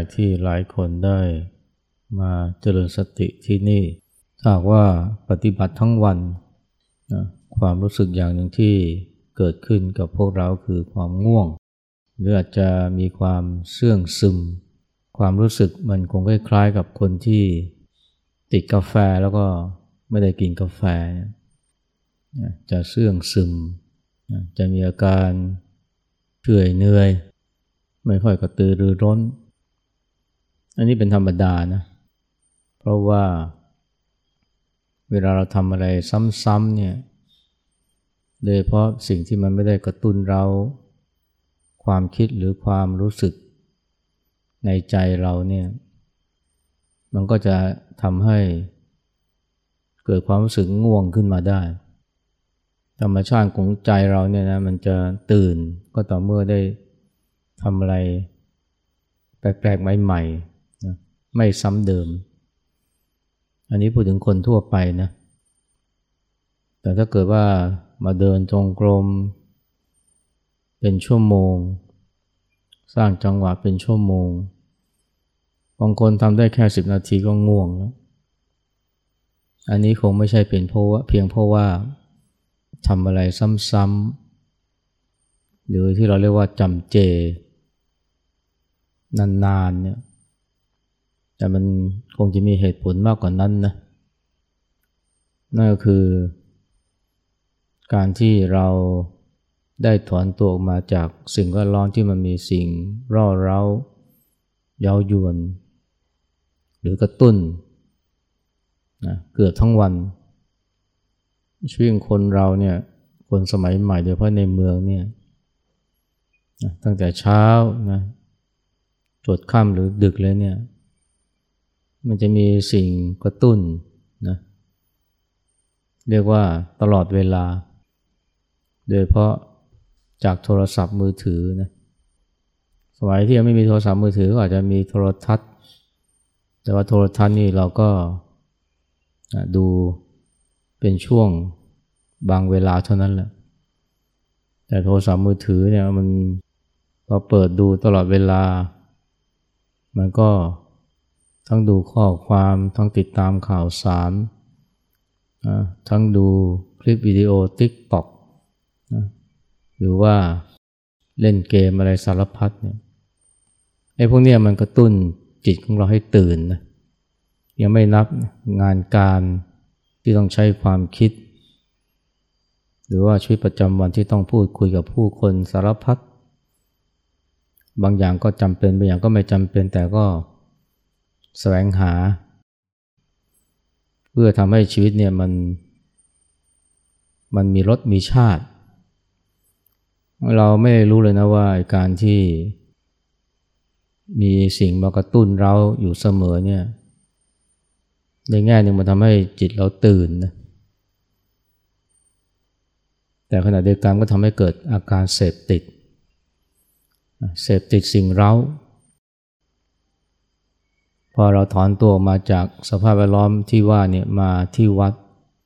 กที่หลายคนได้มาเจริญสติที่นี่ถ้าหากว่าปฏิบัติทั้งวันนะความรู้สึกอย่างหนึ่งที่เกิดขึ้นกับพวกเราคือความง่วงหรืออาจจะมีความเสื่องซึมความรู้สึกมันคงคล้ายๆกับคนที่ติดกาแฟแล้วก็ไม่ได้กินกาแฟจะเสื่องซึมจะมีอาการเฉื่อยเหนื่อยไม่ค่อยกระตือรือร้นอันนี้เป็นธรรมดานะเพราะว่าเวลาเราทำอะไรซ้ำๆเนี่ยโดยเฉพาะสิ่งที่มันไม่ได้กระตุ้นเราความคิดหรือความรู้สึกในใจเราเนี่ยมันก็จะทำให้เกิดความรู้สึกง่วงขึ้นมาได้ธรรมชาติของใจเราเนี่ยนะมันจะตื่นก็ต่อเมื่อได้ทำอะไรแปลกๆใหม่ๆนะไม่ซ้ำเดิมอันนี้พูดถึงคนทั่วไปนะแต่ถ้าเกิดว่ามาเดินจงกรมเป็นชั่วโมงสร้างจังหวะเป็นชั่วโมงบางคนทำได้แค่10 นาทีก็ง่วงแล้วอันนี้คงไม่ใช่เป็นเพราะว่าเพียงเพราะว่าทำอะไรซ้ำๆหรือที่เราเรียกว่าจำเจนานๆเนี่ยแต่มันคงจะมีเหตุผลมากกว่านั้นนะนั่นก็คือการที่เราได้ถอนตัวออกมาจากสิ่งแวดล้อมที่มันมีสิ่งร่อเร้าเย้ายวนหรือกระตุ้นนะเกือบทั้งวันชีวิตคนเราเนี่ยคนสมัยใหม่โดยเฉพาะในเมืองเนี่ยนะตั้งแต่เช้านะจดค่ำหรือดึกเลยเนี่ยมันจะมีสิ่งกระตุ้นนะเรียกว่าตลอดเวลาโดยเฉพาะจากโทรศัพท์มือถือนะสมัยที่ยังไม่มีโทรศัพท์มือถือก็อาจจะมีโทรทัศน์แต่ว่าโทรทัศน์นี่เราก็ดูเป็นช่วงบางเวลาเท่านั้นแหละแต่โทรศัพท์มือถือเนี่ยมันพอเปิดดูตลอดเวลามันก็ทั้งดูข้อความทั้งติดตามข่าวสารทั้งดูคลิปวิดีโอ TikTok หรือว่าเล่นเกมอะไรสารพัดเนี่ยไอ้พวกเนี้ยมันกระตุ้นจิตของเราให้ตื่นนะยังไม่นับงานการที่ต้องใช้ความคิดหรือว่าชีวิตประจำวันที่ต้องพูดคุยกับผู้คนสารพัดบางอย่างก็จำเป็นบางอย่างก็ไม่จำเป็นแต่ก็แสวงหาเพื่อทำให้ชีวิตเนี่ยมันมีรสมีชาติเราไม่รู้เลยนะว่าการที่มีสิ่งมากระตุ้นเราอยู่เสมอเนี่ยในแง่หนึ่งมันทำให้จิตเราตื่นนะแต่ขณะเดียวกันก็ทำให้เกิดอาการเสพติดสิ่งเร้าพอเราถอนตัวมาจากสภาพแวดล้อมที่ว่าเนี่ยมาที่วัด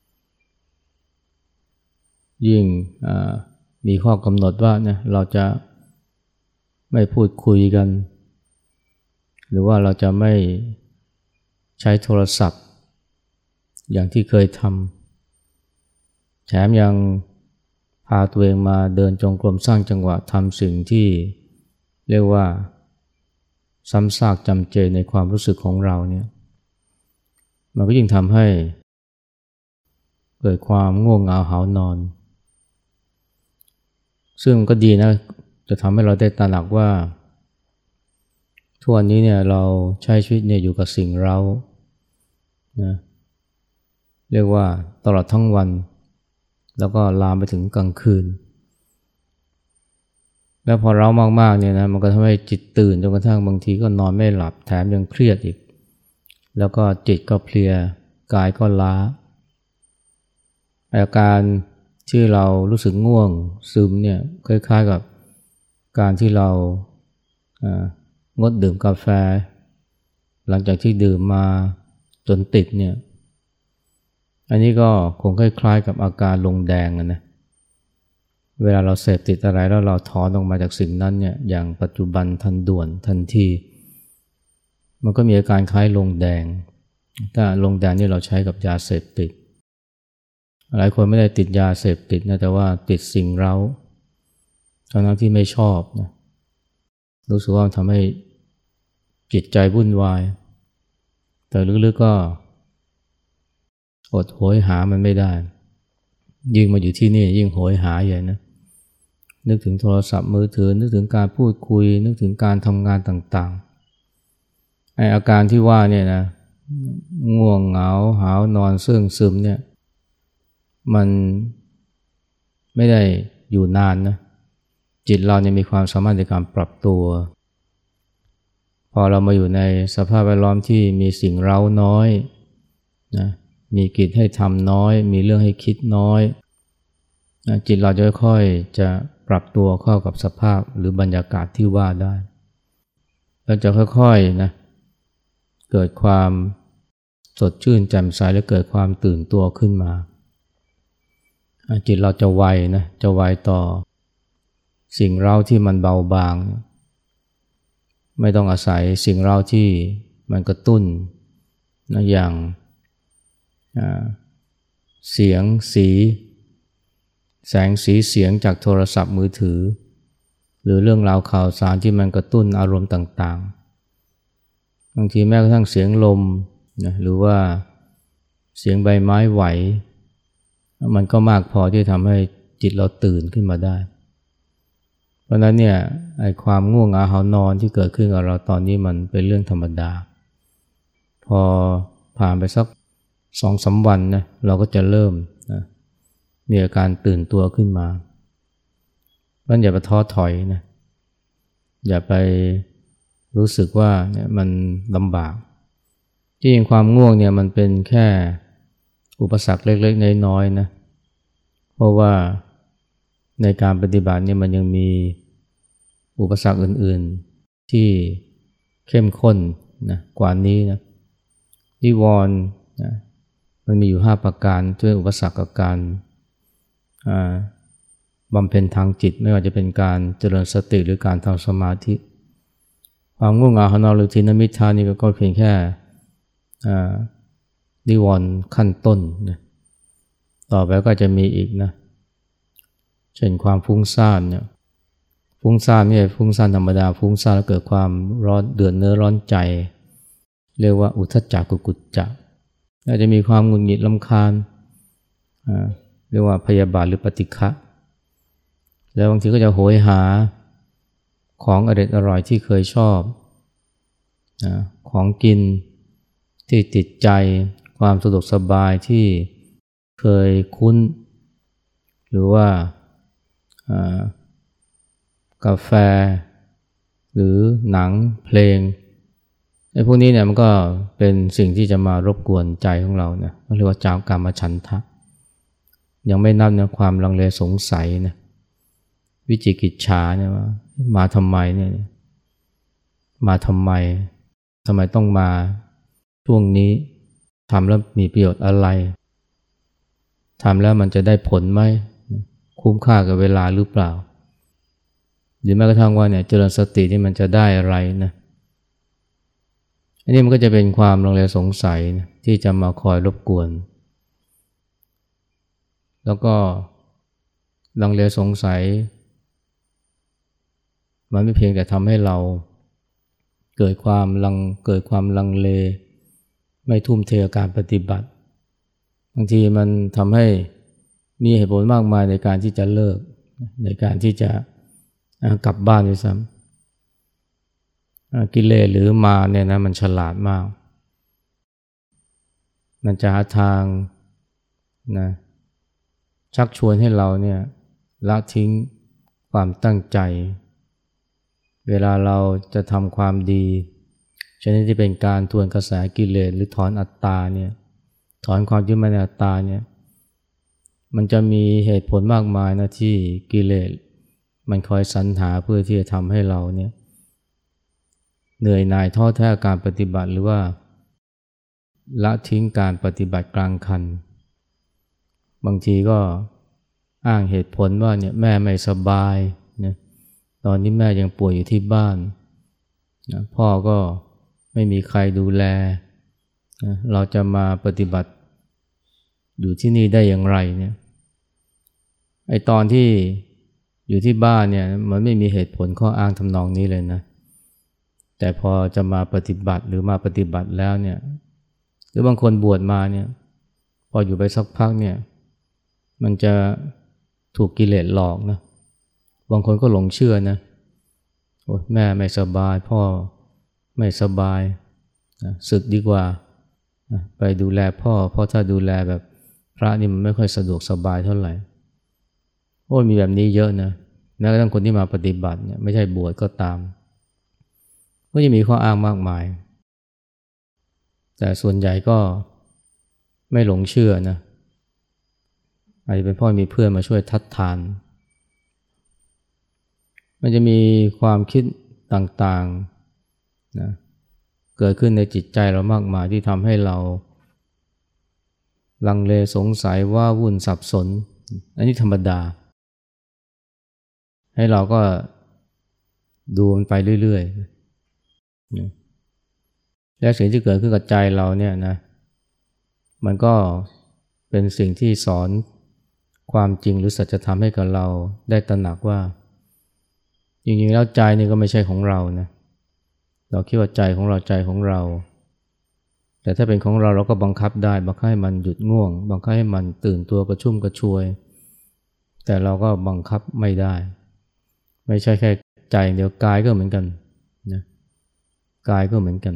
ยิ่งมีข้อกำหนดว่าเนี่ยเราจะไม่พูดคุยกันหรือว่าเราจะไม่ใช้โทรศัพท์อย่างที่เคยทำแถมยังพาตัวเองมาเดินจงกรมสร้างจังหวะทำสิ่งที่เรียกว่าซ้ำซากจำเจในความรู้สึกของเราเนี่ยมันก็ยิ่งทำให้เกิดความง่วงเหงาหาวนอนซึ่งมันก็ดีนะจะทำให้เราได้ตระหนักว่าทุกวันนี้เนี่ยเราใช้ชีวิตเนี่ยอยู่กับสิ่งเร้านะเรียกว่าตลอดทั้งวันแล้วก็ลามไปถึงกลางคืนแล้วพอเร้ามากๆเนี่ยนะมันก็ทำให้จิตตื่นจนกระทั่งบางทีก็นอนไม่หลับแถมยังเครียดอีกแล้วก็จิตก็เพลียกายก็ล้าอาการที่เรารู้สึกง่วงซึมเนี่ยคล้ายๆกับการที่เรางดดื่มกาแฟหลังจากที่ดื่มมาจนติดเนี่ยอันนี้ก็คงคล้ายๆกับอาการลงแดงนะเวลาเราเสพติดอะไรแล้วเราถอนออกมาจากสิ่งนั้นเนี่ยอย่างปัจจุบันทันด่วนทันทีมันก็มีอาการคล้ายลงแดงถ้าลงแดงนี่เราใช้กับยาเสพติดหลายคนไม่ได้ติดยาเสพติดนะแต่ว่าติดสิ่งเร้าทั้งที่ไม่ชอบนะรู้สึกว่ามันทำให้จิตใจวุ่นวายแต่ลึกๆก็อดโหยหามันไม่ได้ยิ่งมาอยู่ที่นี่ยิ่งโหยหาใหญ่นะนึกถึงโทรศัพท์มือถือนึกถึงการพูดคุยนึกถึงการทำงานต่างๆไอ้อาการที่ว่าเนี่ยนะง่วงเหงาหาวนอนเสื่องซึมเนี่ยมันไม่ได้อยู่นานนะจิตเราเนี่ยมีความสามารถในการปรับตัวพอเรามาอยู่ในสภาพแวดล้อมที่มีสิ่งเร้าน้อยนะมีกิจให้ทำน้อยมีเรื่องให้คิดน้อยนะจิตเราจะค่อยๆจะปรับตัวเข้ากับสภาพหรือบรรยากาศที่ว่าได้แล้วจะค่อยๆนะเกิดความสดชื่นแจ่มใสและเกิดความตื่นตัวขึ้นมาจิตเราจะไวนะจะไวต่อสิ่งเร้าที่มันเบาบางไม่ต้องอาศัยสิ่งเร้าที่มันกระตุ้นนะอย่างเสียงสีแสงสีเสียงจากโทรศัพท์มือถือหรือเรื่องราวข่าวสารที่มันกระตุ้นอารมณ์ต่างๆบางทีแม้กระทั่งเสียงลมนะหรือว่าเสียงใบไม้ไหวมันก็มากพอที่จะทำให้จิตเราตื่นขึ้นมาได้เพราะนั้นเนี่ยไอ้ความง่วงเหงาหาวนอนที่เกิดขึ้นกับเราตอนนี้มันเป็นเรื่องธรรมดาพอผ่านไปสัก 2-3 วันนะเราก็จะเริ่มนะมีอาการตื่นตัวขึ้นมาเพราะฉะนั้นอย่าไปท้อถอยนะอย่าไปรู้สึกว่าเนี่ยมันลำบากที่จริงความง่วงเนี่ยมันเป็นแค่อุปสรรคเล็กๆน้อยๆนะเพราะว่าในการปฏิบัติเนี่ยมันยังมีอุปสรรคอื่นๆที่เข้มข้นนะกว่านี้นะนิวรณ์นะมันมีอยู่5ประการช่วยอุปสรรคกับการบำเพ็ญทางจิตไม่ว่าจะเป็นการเจริญสติหรือการทำสมาธิความง่วงเหงาหาวนอนหรือทินมิทธานี่ก็เพียงแค่นิวรณ์ขั้นต้นนะต่อไปก็จะมีอีกนะเช่นความฟุ้งซ่านเนี่ยฟุ้งซ่านไม่ใช่ฟุ้งซ่านธรรมดาฟุ้งซ่านแล้วเกิดความร้อนเดือดเนื้อร้อนใจเรียกว่าอุทธัจจกุกุจจะอาจจะมีความหงุดหงิดรำคาญเรียกว่าพยาบาทหรือปฏิฆะแล้วบางทีก็จะโหยหาของอร่อยที่เคยชอบของกินที่ติดใจความสะดวกสบายที่เคยคุ้นหรือว่ากาแฟหรือหนังเพลงไอ้พวกนี้เนี่ยมันก็เป็นสิ่งที่จะมารบกวนใจของเราเนี่ยเรียกว่าจามกามฉันทะยังไม่นับเนี่ยความลังเลสงสัยนะวิจิกิจฉาเนี่ยว่ามาทำไมเนี่ยมาทำไมต้องมาช่วงนี้ทำแล้วมีประโยชน์อะไรทำแล้วมันจะได้ผลไหมคุ้มค่ากับเวลาหรือเปล่าหรือแม้กระทั่งว่าเนี่ยเจริญสตินี่มันจะได้อะไรนะอันนี้มันก็จะเป็นความลังเลสงสัยนะที่จะมาคอยรบกวนแล้วก็ลังเลสงสัยมันไม่เพียงแต่ทำให้เราเกิดความลังเลไม่ทุ่มเทกับการปฏิบัติบางทีมันทำให้มีเหตุผลมากมายในการที่จะเลิกในการที่จะกลับบ้านด้วยซ้ำกิเลสหรือมาเนี่ยนะมันฉลาดมากมันจะหาทางนะชักชวนให้เราเนี่ยละทิ้งความตั้งใจเวลาเราจะทำความดีชนิดที่เป็นการทวนกระแสกิเลสหรือถอนอัตตาเนี่ยถอนความยึดมั่นในอัตตาเนี่ยมันจะมีเหตุผลมากมายนะที่กิเลสมันคอยสรรหาเพื่อที่จะทำให้เราเนี่ยเหนื่อยหน่ายท้อแท้การปฏิบัติหรือว่าละทิ้งการปฏิบัติกลางคันบางทีก็อ้างเหตุผลว่าเนี่ยแม่ไม่สบายนะตอนนี้แม่ยังป่วยอยู่ที่บ้านนะพ่อก็ไม่มีใครดูแลเราจะมาปฏิบัติอยู่ที่นี่ได้อย่างไรเนี่ยไอ้ตอนที่อยู่ที่บ้านเนี่ยมันไม่มีเหตุผลข้ออ้างทำนองนี้เลยนะแต่พอจะมาปฏิบัติหรือมาปฏิบัติแล้วเนี่ยหรือบางคนบวชมาเนี่ยพออยู่ไปสักพักเนี่ยมันจะถูกกิเลสหลอกนะบางคนก็หลงเชื่อนะโอ้แม่ไม่สบายพ่อไม่สบายสึกดีกว่าไปดูแลพ่อเพราะถ้าดูแลแบบพระนี่มันไม่ค่อยสะดวกสบายเท่าไหร่โอ้มีแบบนี้เยอะนะแม้กระทั่งคนที่มาปฏิบัติเนี่ยไม่ใช่บวชก็ตามก็จะมีข้ออ้างมากมายแต่ส่วนใหญ่ก็ไม่หลงเชื่อนะอาจจะเป็นเพราะมีเพื่อนมาช่วยทัดทานมันจะมีความคิดต่างๆนะเกิดขึ้นในจิตใจเรามากมายที่ทำให้เราลังเลสงสัยว่าวุ่นสับสนอันนี้ธรรมดาให้เราก็ดูมันไปเรื่อยๆและสิ่งที่เกิดขึ้นกับใจเราเนี่ยนะมันก็เป็นสิ่งที่สอนความจริงหรือสัจธรรมให้กับเราได้ตระหนักว่าจริงๆแล้วใจนี่ก็ไม่ใช่ของเรานะเราคิดว่าใจของเราใจของเราแต่ถ้าเป็นของเราเราก็บังคับได้บังคับให้มันหยุดง่วงบังคับให้มันตื่นตัวกระชุ่มกระชวยแต่เราก็บังคับไม่ได้ไม่ใช่แค่ใจเดียวกายก็เหมือนกันนะกายก็เหมือนกัน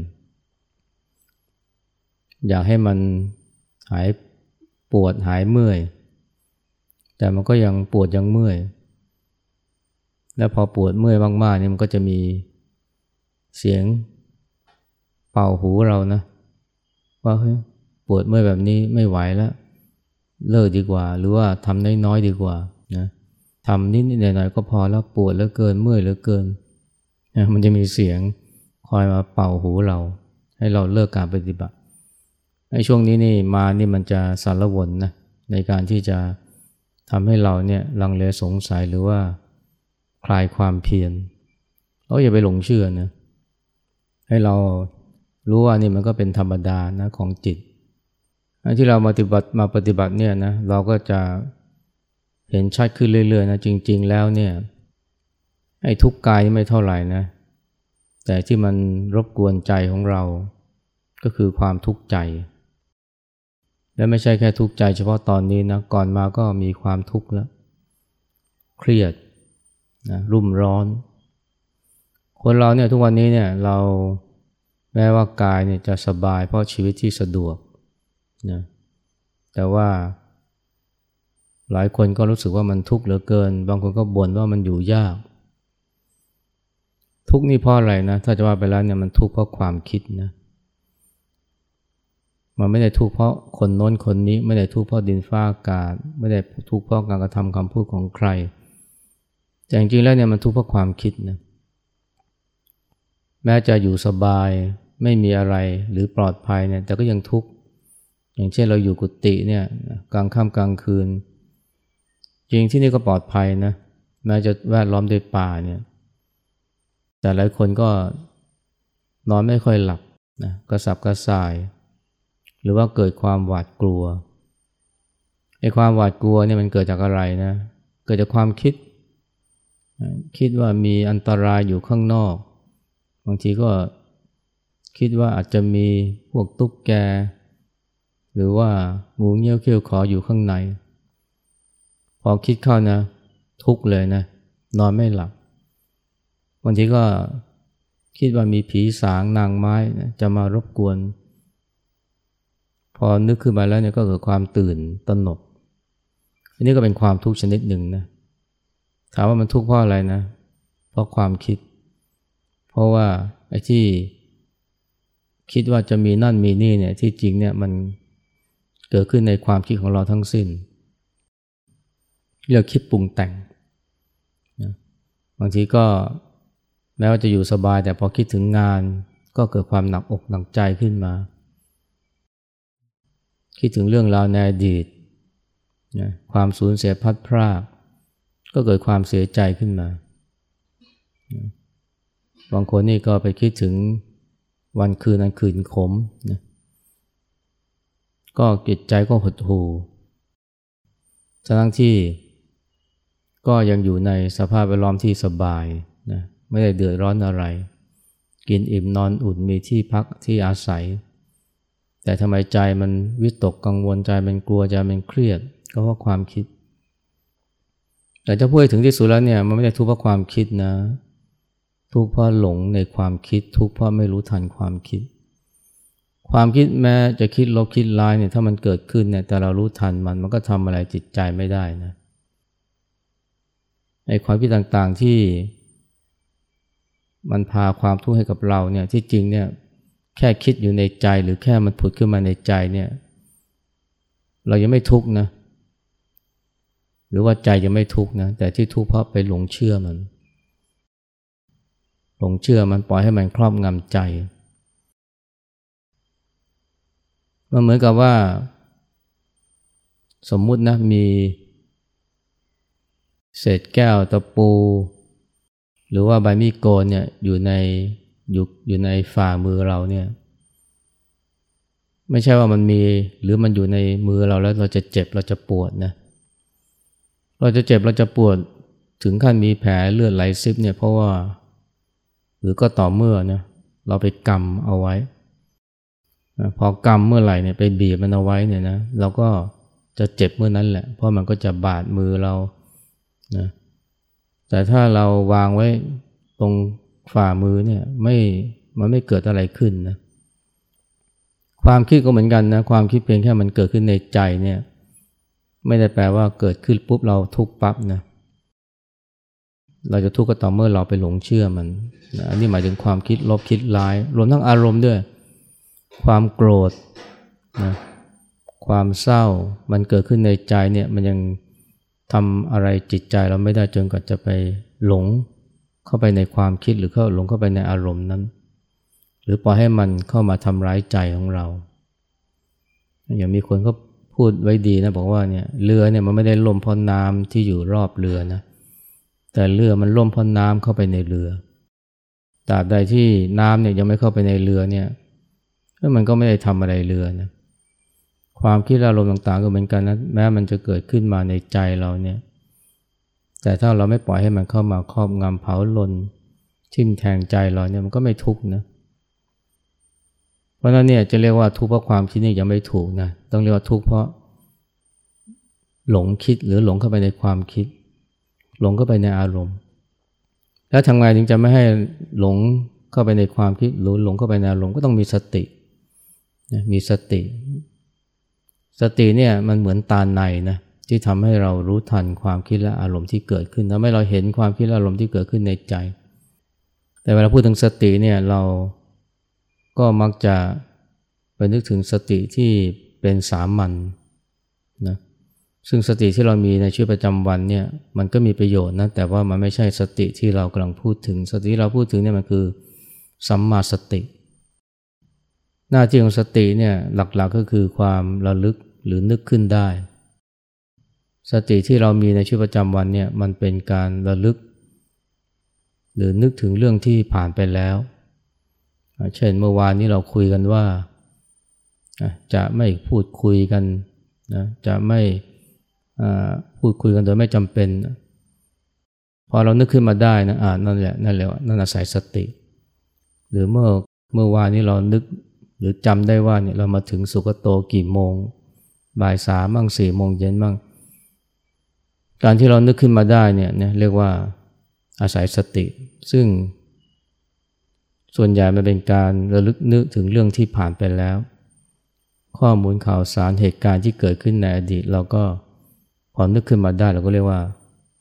อยากให้มันหายปวดหายเมื่อยแต่มันก็ยังปวดยังเมื่อยแล้วพอปวดเมื่อยมากๆเนี่ยมันก็จะมีเสียงเป่าหูเรานะว่าเฮ้ยปวดเมื่อยแบบนี้ไม่ไหวแล้วเลิกดีกว่าหรือว่าทำน้อยๆดีกว่านะทำนิดๆหน่อยๆก็พอแล้วปวดเหลือเกินเมื่อยเหลือเกินนะมันจะมีเสียงคอยมาเป่าหูเราให้เราเลิกการปฏิบัติในช่วงนี้นี่มันจะสารวนนะในการที่จะทำให้เราเนี่ยลังเลสงสัยหรือว่าคลายความเพียรอย่าไปหลงเชื่อนะให้เรารู้ว่านี่มันก็เป็นธรรมดานะของจิตที่เรามาปฏิบัติเนี่ยนะเราก็จะเห็นชัดขึ้นเรื่อยๆนะจริงๆแล้วเนี่ยไอ้ทุกข์กายนี่ไม่เท่าไหร่นะแต่ที่มันรบกวนใจของเราก็คือความทุกข์ใจและไม่ใช่แค่ทุกข์ใจเฉพาะตอนนี้นะก่อนมาก็มีความทุกข์แล้วเครียดนะรุ่มร้อนคนเราเนี่ยทุกวันนี้เนี่ยเราแม้ว่ากายเนี่ยจะสบายเพราะชีวิตที่สะดวกนะแต่ว่าหลายคนก็รู้สึกว่ามันทุกข์เหลือเกินบางคนก็บ่นว่ามันอยู่ยากทุกข์นี่เพราะอะไรนะถ้าจะว่าไปแล้วเนี่ยมันทุกข์เพราะความคิดนะมันไม่ได้ทุกข์เพราะคนโน้นคนนี้ไม่ได้ทุกข์เพราะดินฟ้าอากาศไม่ได้ทุกข์เพราะการกระทำคำพูดของใครแต่จริงๆแล้วเนี่ยมันทุกข์เพราะความคิดนะแม้จะอยู่สบายไม่มีอะไรหรือปลอดภัยเนี่ยแต่ก็ยังทุกข์อย่างเช่นเราอยู่กุฏิเนี่ยกลางค่ำกลางคืนจริงที่นี่ก็ปลอดภัยนะแม้จะแวดล้อมด้วยป่าเนี่ยแต่หลายคนก็นอนไม่ค่อยหลับนะกระสับกระส่ายหรือว่าเกิดความหวาดกลัวไอ้ความหวาดกลัวเนี่ยมันเกิดจากอะไรนะเกิดจากความคิดว่ามีอันตรายอยู่ข้างนอกบางทีก็คิดว่าอาจจะมีพวกตุ๊กแกหรือว่างูเงี้ยวเขี้ยวขออยู่ข้างในพอคิดเข้านะทุกข์เลยนะนอนไม่หลับบางทีก็คิดว่ามีผีสางนางไม้นะจะมารบกวนพอนึกขึ้นมาแล้วเนี่ยก็เกิดความตื่นตระหนกอันนี้ก็เป็นความทุกข์ชนิดหนึ่งนะถามว่ามันทุกข์เพราะอะไรนะเพราะความคิดเพราะว่าไอ้ที่คิดว่าจะมีนั่นมีนี่เนี่ยที่จริงเนี่ยมันเกิดขึ้นในความคิดของเราทั้งสิ้นเรียกคิดปรุงแต่งนะบางทีก็แม้ว่าจะอยู่สบายแต่พอคิดถึงงานก็เกิดความหนักอกหนักใจขึ้นมาคิดถึงเรื่องราวในอดีตนะความสูญเสียพัดพรากก็เกิดความเสียใจขึ้นมาบางคนนี่ก็ไปคิดถึงวันคืนนั้นคืนขมนะก็จิตใจก็หดหู่ทั้งที่ก็ยังอยู่ในสภาพแวดล้อมที่สบายนะไม่ได้เดือดร้อนอะไรกินอิ่มนอนอุ่นมีที่พักที่อาศัยแต่ทำไมใจมันวิตกกังวลใจมันกลัวใจมันเครียดก็เพราะความคิดแต่ถ้าพูดถึงที่สุดแล้วเนี่ยมันไม่ได้ทุกข์เพราะความคิดนะทุกข์เพราะหลงในความคิดทุกข์เพราะไม่รู้ทันความคิดความคิดแม้จะคิดลบคิดร้ายเนี่ยถ้ามันเกิดขึ้นเนี่ยแต่เรารู้ทันมันก็ทำอะไรจิตใจไม่ได้นะไอ้ความคิดต่างๆที่มันพาความทุกข์ให้กับเราเนี่ยที่จริงเนี่ยแค่คิดอยู่ในใจหรือแค่มันผุดขึ้นมาในใจเนี่ยเรายังไม่ทุกข์นะหรือว่าใจยังไม่ทุกข์นะแต่ที่ทุกข์เพราะไปหลงเชื่อมันปล่อยให้มันครอบงำใจมันเหมือนกับว่าสมมุตินะมีเศษแก้วตะปูหรือว่าใบมีดโกนเนี่ยอยู่ในฝ่ามือเราเนี่ยไม่ใช่ว่ามันมีหรือมันอยู่ในมือเราแล้วเราจะเจ็บเราจะปวดนะเราจะเจ็บเราจะปวดถึงขั้นมีแผลเลือดไหลซิบเนี่ยเพราะว่าหรือก็ต่อเมื่อนะเราไปกำเอาไว้พอกำเมื่อไหร่เนี่ยไปบีบมันเอาไว้เนี่ยนะเราก็จะเจ็บเมื่อนั้นแหละเพราะมันก็จะบาดมือเรานะแต่ถ้าเราวางไว้ตรงฝ่ามือเนี่ยมันไม่เกิดอะไรขึ้นนะความคิดก็เหมือนกันนะความคิดเพียงแค่มันเกิดขึ้นในใจเนี่ยไม่ได้แปลว่าเกิดขึ้นปุ๊บเราทุกข์ปั๊บนะเราจะทุกข์ก็ต่อเมื่อเราไปหลงเชื่อมันนะอันนี้หมายถึงความคิดลบคิดร้ายรวมทั้งอารมณ์ด้วยความโกรธนะความเศร้ามันเกิดขึ้นในใจเนี่ยมันยังทำอะไรจิตใจเราไม่ได้จนกว่าจะไปหลงเข้าไปในความคิดหรือหลงเข้าไปในอารมณ์นั้นหรือปล่อยให้มันเข้ามาทำร้ายใจของเราอย่างมีคนก็พูดไว้ดีนะบอกว่าเนี่ยเรือเนี่ยมันไม่ได้ล่มเพราะน้ำที่อยู่รอบเรือนะแต่เรือมันล่มเพราะน้ำเข้าไปในเรือตราบใดที่น้ำเนี่ยยังไม่เข้าไปในเรือเนี่ยมันก็ไม่ได้ทำอะไรเรือนะความคิดอารมณ์ต่างๆก็เหมือนกันนะแม้มันจะเกิดขึ้นมาในใจเราเนี่ยแต่ถ้าเราไม่ปล่อยให้มันเข้ามาครอบงำเผาลนทิ่มแทงใจเราเนี่ยมันก็ไม่ทุกข์นะเพราะนั้นเนี่ยจะเรียกว่าทุกข์เพราะความคิดนี่ยังไม่ถูกนะต้องเรียกว่าทุกข์เพราะหลงคิดหรือหลงเข้าไปในความคิดหลงเข้าไปในอารมณ์แล้วทำไงถึงจะไม่ให้หลงเข้าไปในความคิดหรือหลงเข้าไปในอารมณ์ก็ต้องมีสตินะมีสติเนี่ยมันเหมือนตาในนะที่ทำให้เรารู้ทันความคิดและอารมณ์ที่เกิดขึ้นทำให้เราเห็นความคิดและอารมณ์ที่เกิดขึ้นในใจแต่เวลาพูดถึงสติเนี่ยเราก็มักจะไปนึกถึงสติที่เป็นสามัญนะซึ่งสติที่เรามีในชีวิตประจำวันเนี่ยมันก็มีประโยชน์นะแต่ว่ามันไม่ใช่สติที่เรากำลังพูดถึงสติที่เราพูดถึงเนี่ยมันคือสัมมาสติหน้าที่ของสติเนี่ยหลักๆก็คือความระลึกหรือนึกขึ้นได้สติที่เรามีในชีวิตประจำวันเนี่ยมันเป็นการระลึกหรือนึกถึงเรื่องที่ผ่านไปแล้วเช่นเมื่อวานนี้เราคุยกันว่าจะไม่พูดคุยกันนะจะไม่พูดคุยกันโดยไม่จำเป็นพอเรานึกขึ้นมาได้นะนั่นแหละนั่นอาศัยสติหรือเมื่อวานนี้เรานึกหรือจำได้ว่าเนี่ยเรามาถึงสุกโตกี่โมงบ่าย 3 บ้าง 4 โมงเย็นบ้างการที่เรานึกขึ้นมาได้เนี่ยเรียกว่าอาศัยสติซึ่งส่วนใหญ่มันเป็นการระลึกนึกถึงเรื่องที่ผ่านไปแล้วข้อมูลข่าวสารเหตุการณ์ที่เกิดขึ้นในอดีตเราก็พอนึกขึ้นมาได้เราก็เรียกว่า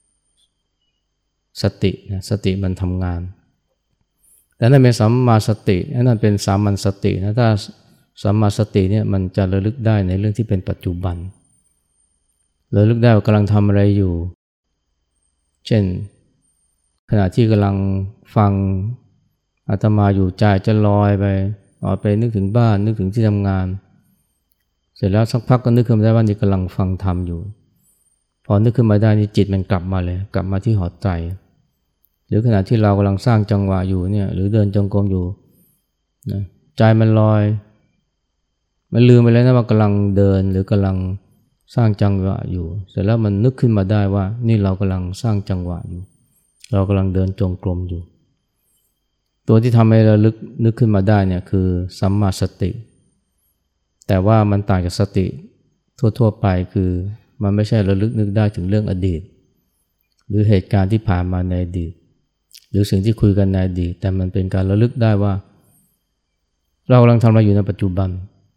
สตินะสติมันทำงานแต่นั่นเป็นสัมมาสตินั่นเป็นสามัญสตินะถ้าสัมมาสติเนี่ยมันจะระลึกได้ในเรื่องที่เป็นปัจจุบันระลึกได้ว่ากำลังทำอะไรอยู่เช่นขณะที่กำลังฟังอาตมาอยู่ใจจะลอยไปนึกถึงบ้านนึกถึงที่ทำงานเสร็จแล้วสักพักก็นึกขึ้นมาได้ว่านี่กำลังฟังธรรมอยู่พอนึกขึ้นมาได้นี่จิตมันกลับมาเลยกลับมาที่หอใจหรือขณะที่เรากำลังสร้างจังหวะอยู่เนี่ยหรือเดินจงกรมอยู่นะใจมันลอยมันลืมไปแล้วนะว่ากำลังเดินหรือกำลังสร้างจังหวะอยู่เสร็จแล้วมันนึกขึ้นมาได้ว่านี่เรากำลังสร้างจังหวะอยู่เรากำลังเดินจงกรมอยู่ตัวที่ทำให้เรานึกขึ้นมาได้เนี่ยคือสัมมาสติแต่ว่ามันต่างจากสติทั่วๆไปคือมันไม่ใช่ระลึกนึกได้ถึงเรื่องอดีตหรือเหตุการณ์ที่ผ่านมาในอดีตหรือสิ่งที่คุยกันในอดีตแต่มันเป็นการระลึกได้ว่าเรากำลังทำอะไรอยู่ในปัจจุบัน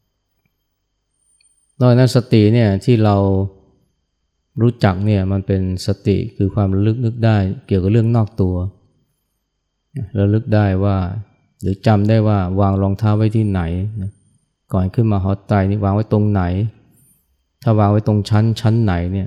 นอกจากนั้นสติเนี่ยที่เรารู้จักเนี่ยมันเป็นสติคือความระลึกนึกได้เกี่ยวกับเรื่องนอกตัวระลึกได้ว่าหรือจำได้ว่าวางรองเท้าไว้ที่ไหนก่อนขึ้นมาหอไตรนี่วางไว้ตรงไหนถ้าวางไว้ตรงชั้นไหนเนี่ย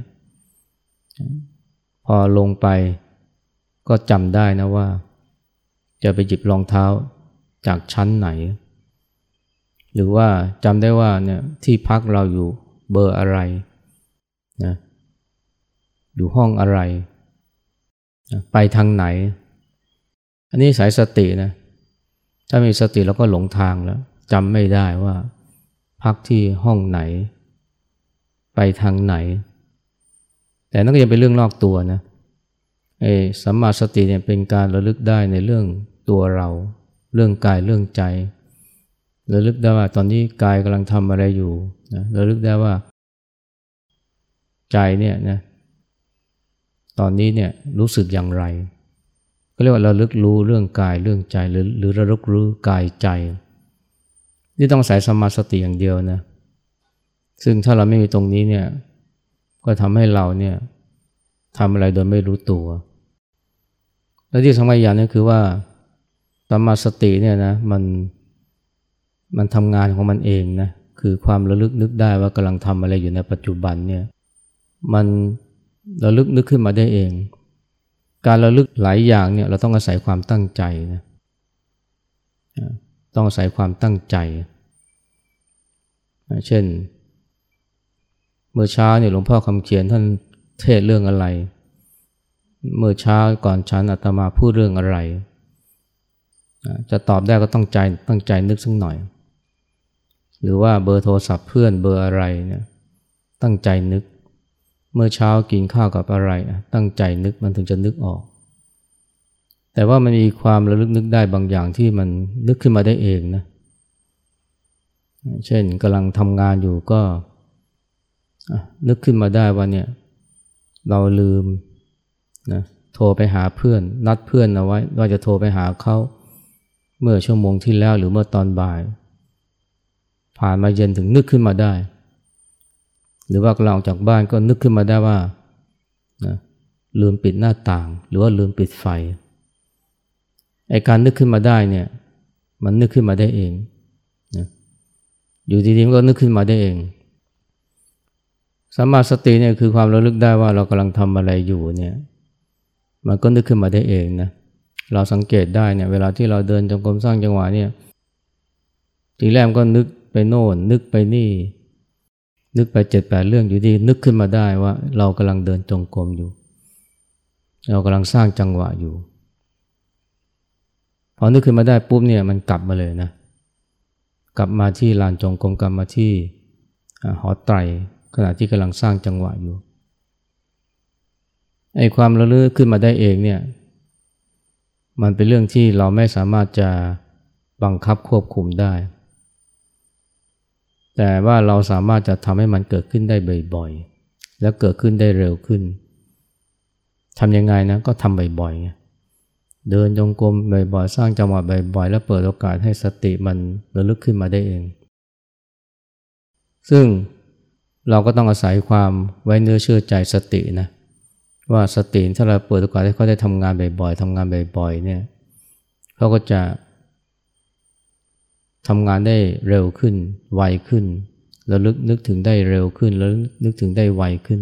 พอลงไปก็จำได้นะว่าจะไปหยิบรองเท้าจากชั้นไหนหรือว่าจำได้ว่าเนี่ยที่พักเราอยู่เบอร์อะไรนะอยู่ห้องอะไรนะไปทางไหนอันนี้สายสตินะถ้ามีสติเราก็หลงทางแล้วจำไม่ได้ว่าพักที่ห้องไหนไปทางไหนแต่นั่นก็ยังเป็นเรื่องนอกตัวนะสัมมาสติเนี่ยเป็นการระลึกได้ในเรื่องตัวเราเรื่องกายเรื่องใจระลึกได้ว่าตอนนี้กายกำลังทำอะไรอยู่นะระลึกได้ว่าใจเนี่ยนะตอนนี้เนี่ยรู้สึกอย่างไรก็เรียกว่าระลึกรู้เรื่องกายเรื่องใจหรือระลึกรู้กายใจนี่ต้องอาศัยสัมมาสติอย่างเดียวนะซึ่งถ้าเราไม่มีตรงนี้เนี่ยก็ทำให้เราเนี่ยทำอะไรโดยไม่รู้ตัวและที่สำคัญอย่างนึงคือว่าสัมมาสติเนี่ยนะมันทำงานของมันเองนะคือความระลึกนึกได้ว่ากำลังทำอะไรอยู่ในปัจจุบันเนี่ยมันระลึกนึกขึ้นมาได้เองการระลึกหลายอย่างเนี่ยเราต้องอาศัยความตั้งใจนะต้องอาศัยความตั้งใจเช่นเมื่อเช้าเนี่ยหลวงพ่อคำเขียนท่านเทศเรื่องอะไรเมื่อเช้าก่อนฉันอาตมาพูดเรื่องอะไรจะตอบได้ก็ต้องตั้งใจนึกสักหน่อยหรือว่าเบอร์โทรศัพท์เพื่อนเบอร์อะไรเนี่ยตั้งใจนึกเมื่อเช้ากินข้าวกับอะไรตั้งใจนึกมันถึงจะนึกออกแต่ว่ามันมีความระลึกนึกได้บางอย่างที่มันนึกขึ้นมาได้เองนะเช่นกำลังทำงานอยู่ก็นึกขึ้นมาได้ว่าเนี่ยเราลืมนะโทรไปหาเพื่อนนัดเพื่อนเอาไว้ว่าจะโทรไปหาเขาเมื่อชั่วโมงที่แล้วหรือเมื่อตอนบ่ายผ่านมาเย็นถึงนึกขึ้นมาได้หรือว่าเราออกจากบ้านก็นึกขึ้นมาได้ว่านะลืมปิดหน้าต่างหรือว่าลืมปิดไฟไอ้การนึกขึ้นมาได้เนี่ยมันนึกขึ้นมาได้เองนะอยู่ดีๆมันก็นึกขึ้นมาได้เองสัมมาสติเนี่ยคือความระลึกได้ว่าเรากำลังทำอะไรอยู่เนี่ยมันก็นึกขึ้นมาได้เองนะเราสังเกตได้เนี่ยเวลาที่เราเดินจงกรมสร้างจังหวะเนี่ยทีแรกก็นึกไปโน่นนึกไปนี่นึกไป 7-8 เรื่องอยู่ดีนึกขึ้นมาได้ว่าเรากำลังเดินจงกรมอยู่เรากำลังสร้างจังหวะอยู่พอนึกขึ้นมาได้ปุ๊บเนี่ยมันกลับมาเลยนะกลับมาที่ลานจงกรมกลับมาที่หอไตรขณะที่กำลังสร้างจังหวะอยู่ไอ้ความระลึกขึ้นมาได้เองเนี่ยมันเป็นเรื่องที่เราไม่สามารถจะบังคับควบคุมได้แต่ว่าเราสามารถจะทำให้มันเกิดขึ้นได้บ่อยๆแล้วเกิดขึ้นได้เร็วขึ้นทำยังไงนะก็ทำบ่อยๆเดินจงกรมบ่อยๆสร้างจังหวะบ่อยๆแล้วเปิดโอกาสให้สติมันระลึกขึ้นมาได้เองซึ่งเราก็ต้องอาศัยความไว้เนื้อเชื่อใจสตินะว่าสติถ้าเราเปิดโอกาสให้เขาได้ทำงานบ่อยๆทำงานบ่อยๆเนี่ยเขาก็จะทำงานได้เร็วขึ้นไวขึ้นระลึกนึกถึงได้เร็วขึ้นแล้วนึกถึงได้ไวขึ้น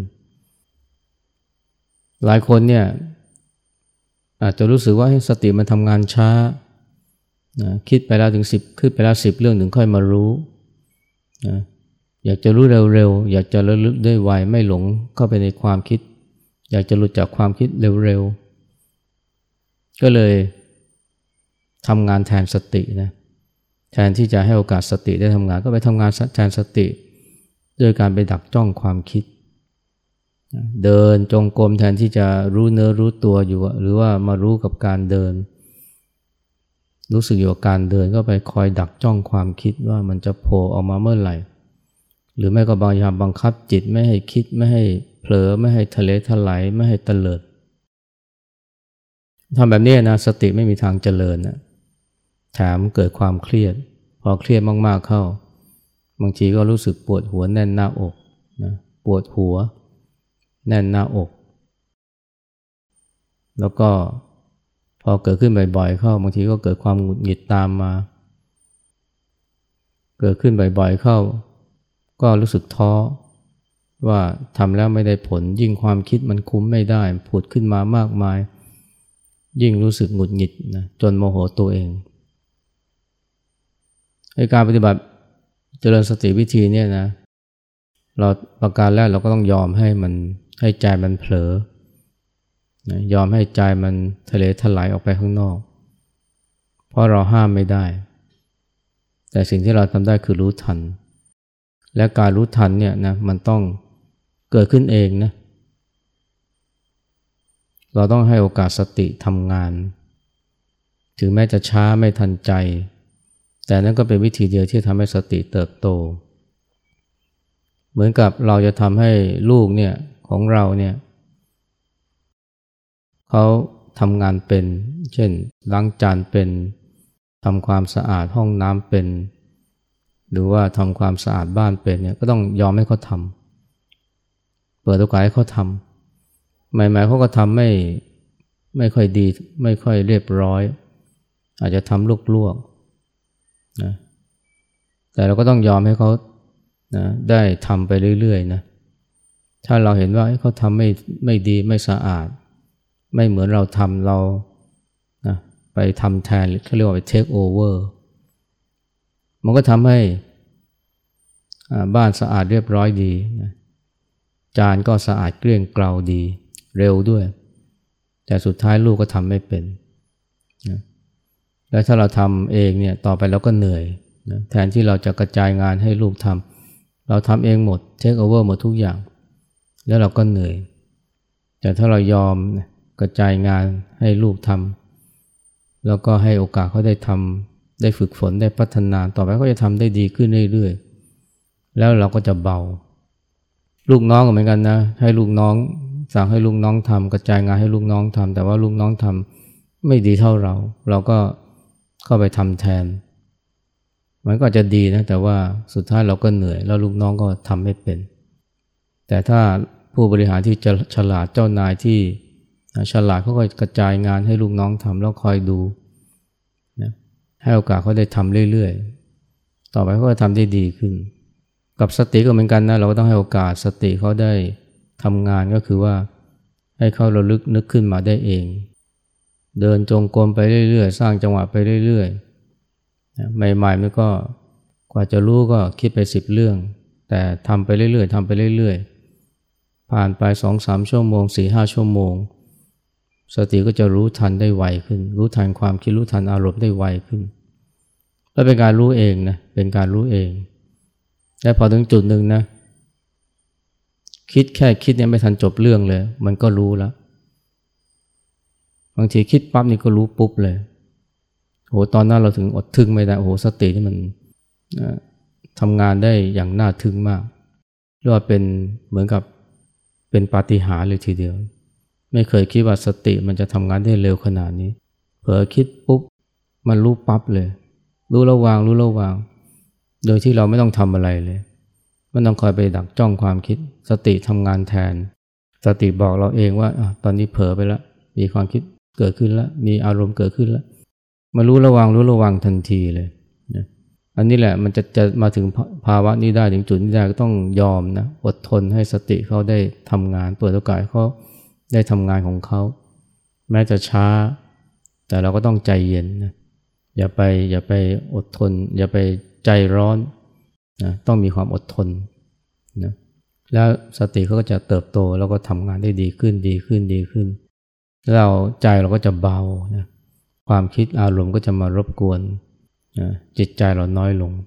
หลายคนเนี่ยอาจจะรู้สึกว่าสติมันทำงานช้านะคิดไปแล้วถึงคิดไปแล้ว10 เรื่องถึงค่อยมารู้นะอยากจะรู้เร็วๆอยากจะระลึกได้ไวไม่หลงเข้าไปในความคิดอยากจะหลุดจากความคิดเร็วๆก็เลยทำงานแทนสตินะแทนที่จะให้โอกาสสติได้ทำงานก็ไปทำงานแทนสติด้วยการไปดักจ้องความคิดเดินจงกรมแทนที่จะรู้เนื้อรู้ตัวอยู่หรือว่ามารู้กับการเดินรู้สึกอยู่กับการเดินก็ไปคอยดักจ้องความคิดว่ามันจะโผล่ออกมาเมื่อไหร่หรือไม่ก็พยายามบังคับจิตไม่ให้คิดไม่ให้เผลอไม่ให้ทะเลถลายไม่ให้เตลิดทำแบบนี้นะสติไม่มีทางเจริญนะแถมเกิดความเครียดพอเครียดมากๆเข้าบางทีก็รู้สึกปวดหัวแน่นหน้าอกนะปวดหัวแน่นหน้าอกแล้วก็พอเกิดขึ้นบ่อยๆเข้าบางทีก็เกิดความหงุดหงิดตามมาเกิดขึ้นบ่อยๆเข้าก็รู้สึกท้อว่าทำแล้วไม่ได้ผลยิ่งความคิดมันคุมไม่ได้ผุดขึ้นมามากมายยิ่งรู้สึกหงุดหงิดนะจนโมโหตัวเองในการปฏิบัติเจริญสติวิธีเนี่ยนะเราประการแรกเราก็ต้องยอมให้ใจมันเผลอนะยอมให้ใจมันทะเลถลายออกไปข้างนอกเพราะเราห้ามไม่ได้แต่สิ่งที่เราทำได้คือรู้ทันและการรู้ทันเนี่ยนะมันต้องเกิดขึ้นเองนะเราต้องให้โอกาสสติทำงานถึงแม้จะช้าไม่ทันใจแต่นั่นก็เป็นวิธีเดียวที่ทำให้สติเติบโตเหมือนกับเราจะทำให้ลูกเนี่ยของเราเนี่ยเขาทำงานเป็นเช่นล้างจานเป็นทำความสะอาดห้องน้ำเป็นหรือว่าทำความสะอาดบ้านเป็นเนี่ยก็ต้องยอมให้เขาทำเปิดโอกาสให้เขาทำใหม่ๆเขาก็ทำไม่ค่อยดีไม่ค่อยเรียบร้อยอาจจะทำลวกๆนะแต่เราก็ต้องยอมให้เขานะได้ทำไปเรื่อยๆนะถ้าเราเห็นว่าเขาทำไม่ดีไม่สะอาดไม่เหมือนเราทำเรานะไปทำแทนเขาเรียกว่าไป take over มันก็ทำให้บ้านสะอาดเรียบร้อยดีนะจานก็สะอาดเกลี้ยงเกลาดีเร็วด้วยแต่สุดท้ายลูกก็ทำไม่เป็นนะแล้วถ้าเราทำเองเนี่ยต่อไปเราก็เหนื่อยนะแทนที่เราจะกระจายงานให้ลูกทำเราทำเองหมด take over หมดทุกอย่างแล้วเราก็เหนื่อยแต่ถ้าเรายอมกระจายงานให้ลูกทำแล้วก็ให้โอกาสเขาได้ทำได้ฝึกฝนได้พัฒนาต่อไปเขาจะทำได้ดีขึ้นเรื่อยๆแล้วเราก็จะเบาลูกน้องก็เหมือนกันนะให้ลูกน้องสั่งให้ลูกน้องทำกระจายงานให้ลูกน้องทำแต่ว่าลูกน้องทำไม่ดีเท่าเราก็เข้าไปทำแทนมันก็จะดีนะแต่ว่าสุดท้ายเราก็เหนื่อยแล้วลูกน้องก็ทำไม่เป็นแต่ถ้าผู้บริหารที่จะฉลาดเจ้านายที่ฉลาดเขาก็กระจายงานให้ลูกน้องทำแล้วคอยดูนะให้โอกาสเขาได้ทำเรื่อยๆต่อไปเขาก็ทำได้ดีขึ้นกับสติก็เหมือนกันนะเราก็ต้องให้โอกาสสติเขาได้ทำงานก็คือว่าให้เขาระลึกนึกขึ้นมาได้เองเดินจงกรมไปเรื่อยๆสร้างจังหวะไปเรื่อยๆนะใหม่ๆมันก็กว่าจะรู้ก็คิดไป10 เรื่องแต่ทำไปเรื่อยๆทำไปเรื่อยๆผ่านไป 2-3 ชั่วโมง 4-5 ชั่วโมงสติก็จะรู้ทันได้ไวขึ้นรู้ทันความคิดรู้ทันอารมณ์ได้ไวขึ้นแล้วเป็นการรู้เองนะเป็นการรู้เองและพอถึงจุดหนึ่งนะแค่คิดเนี่ยไม่ทันจบเรื่องเลยมันก็รู้แล้วบางทีคิดปั๊บนี่ก็รู้ปุ๊บเลยโหตอนนั้นเราถึงอดทึ่งไม่ได้โอ้โหสตินี่มันทำงานได้อย่างน่าทึ่งมากเรียกว่าเป็นเหมือนกับเป็นปาฏิหาริย์เลยทีเดียวไม่เคยคิดว่าสติมันจะทำงานได้เร็วขนาดนี้เผลอคิดปุ๊บมันรู้ปั๊บเลยรู้ระวางโดยที่เราไม่ต้องทำอะไรเลยไม่ต้องคอยไปดักจ้องความคิดสติทำงานแทนสติบอกเราเองว่าตอนนี้เผลอไปแล้วมีความคิดเกิดขึ้นแล้วมีอารมณ์เกิดขึ้นแล้วมารู้ระวังทันทีเลยนะอันนี้แหละมันจะมาถึงภาวะนี้ได้ถึงจุดนี้ได้ก็ต้องยอมนะอดทนให้สติเขาได้ทำงานเปิดโอกาสเขาได้ทำงานของเขาแม้จะช้าแต่เราก็ต้องใจเย็นนะอย่าไปอดทนอย่าไปใจร้อนนะต้องมีความอดทนนะแล้วสติเขาก็จะเติบโตแล้วก็ทำงานได้ดีขึ้นแล้วใจเราก็จะเบานะความคิดอารมณ์ก็จะมารบกวนจิตใจเราน้อยลง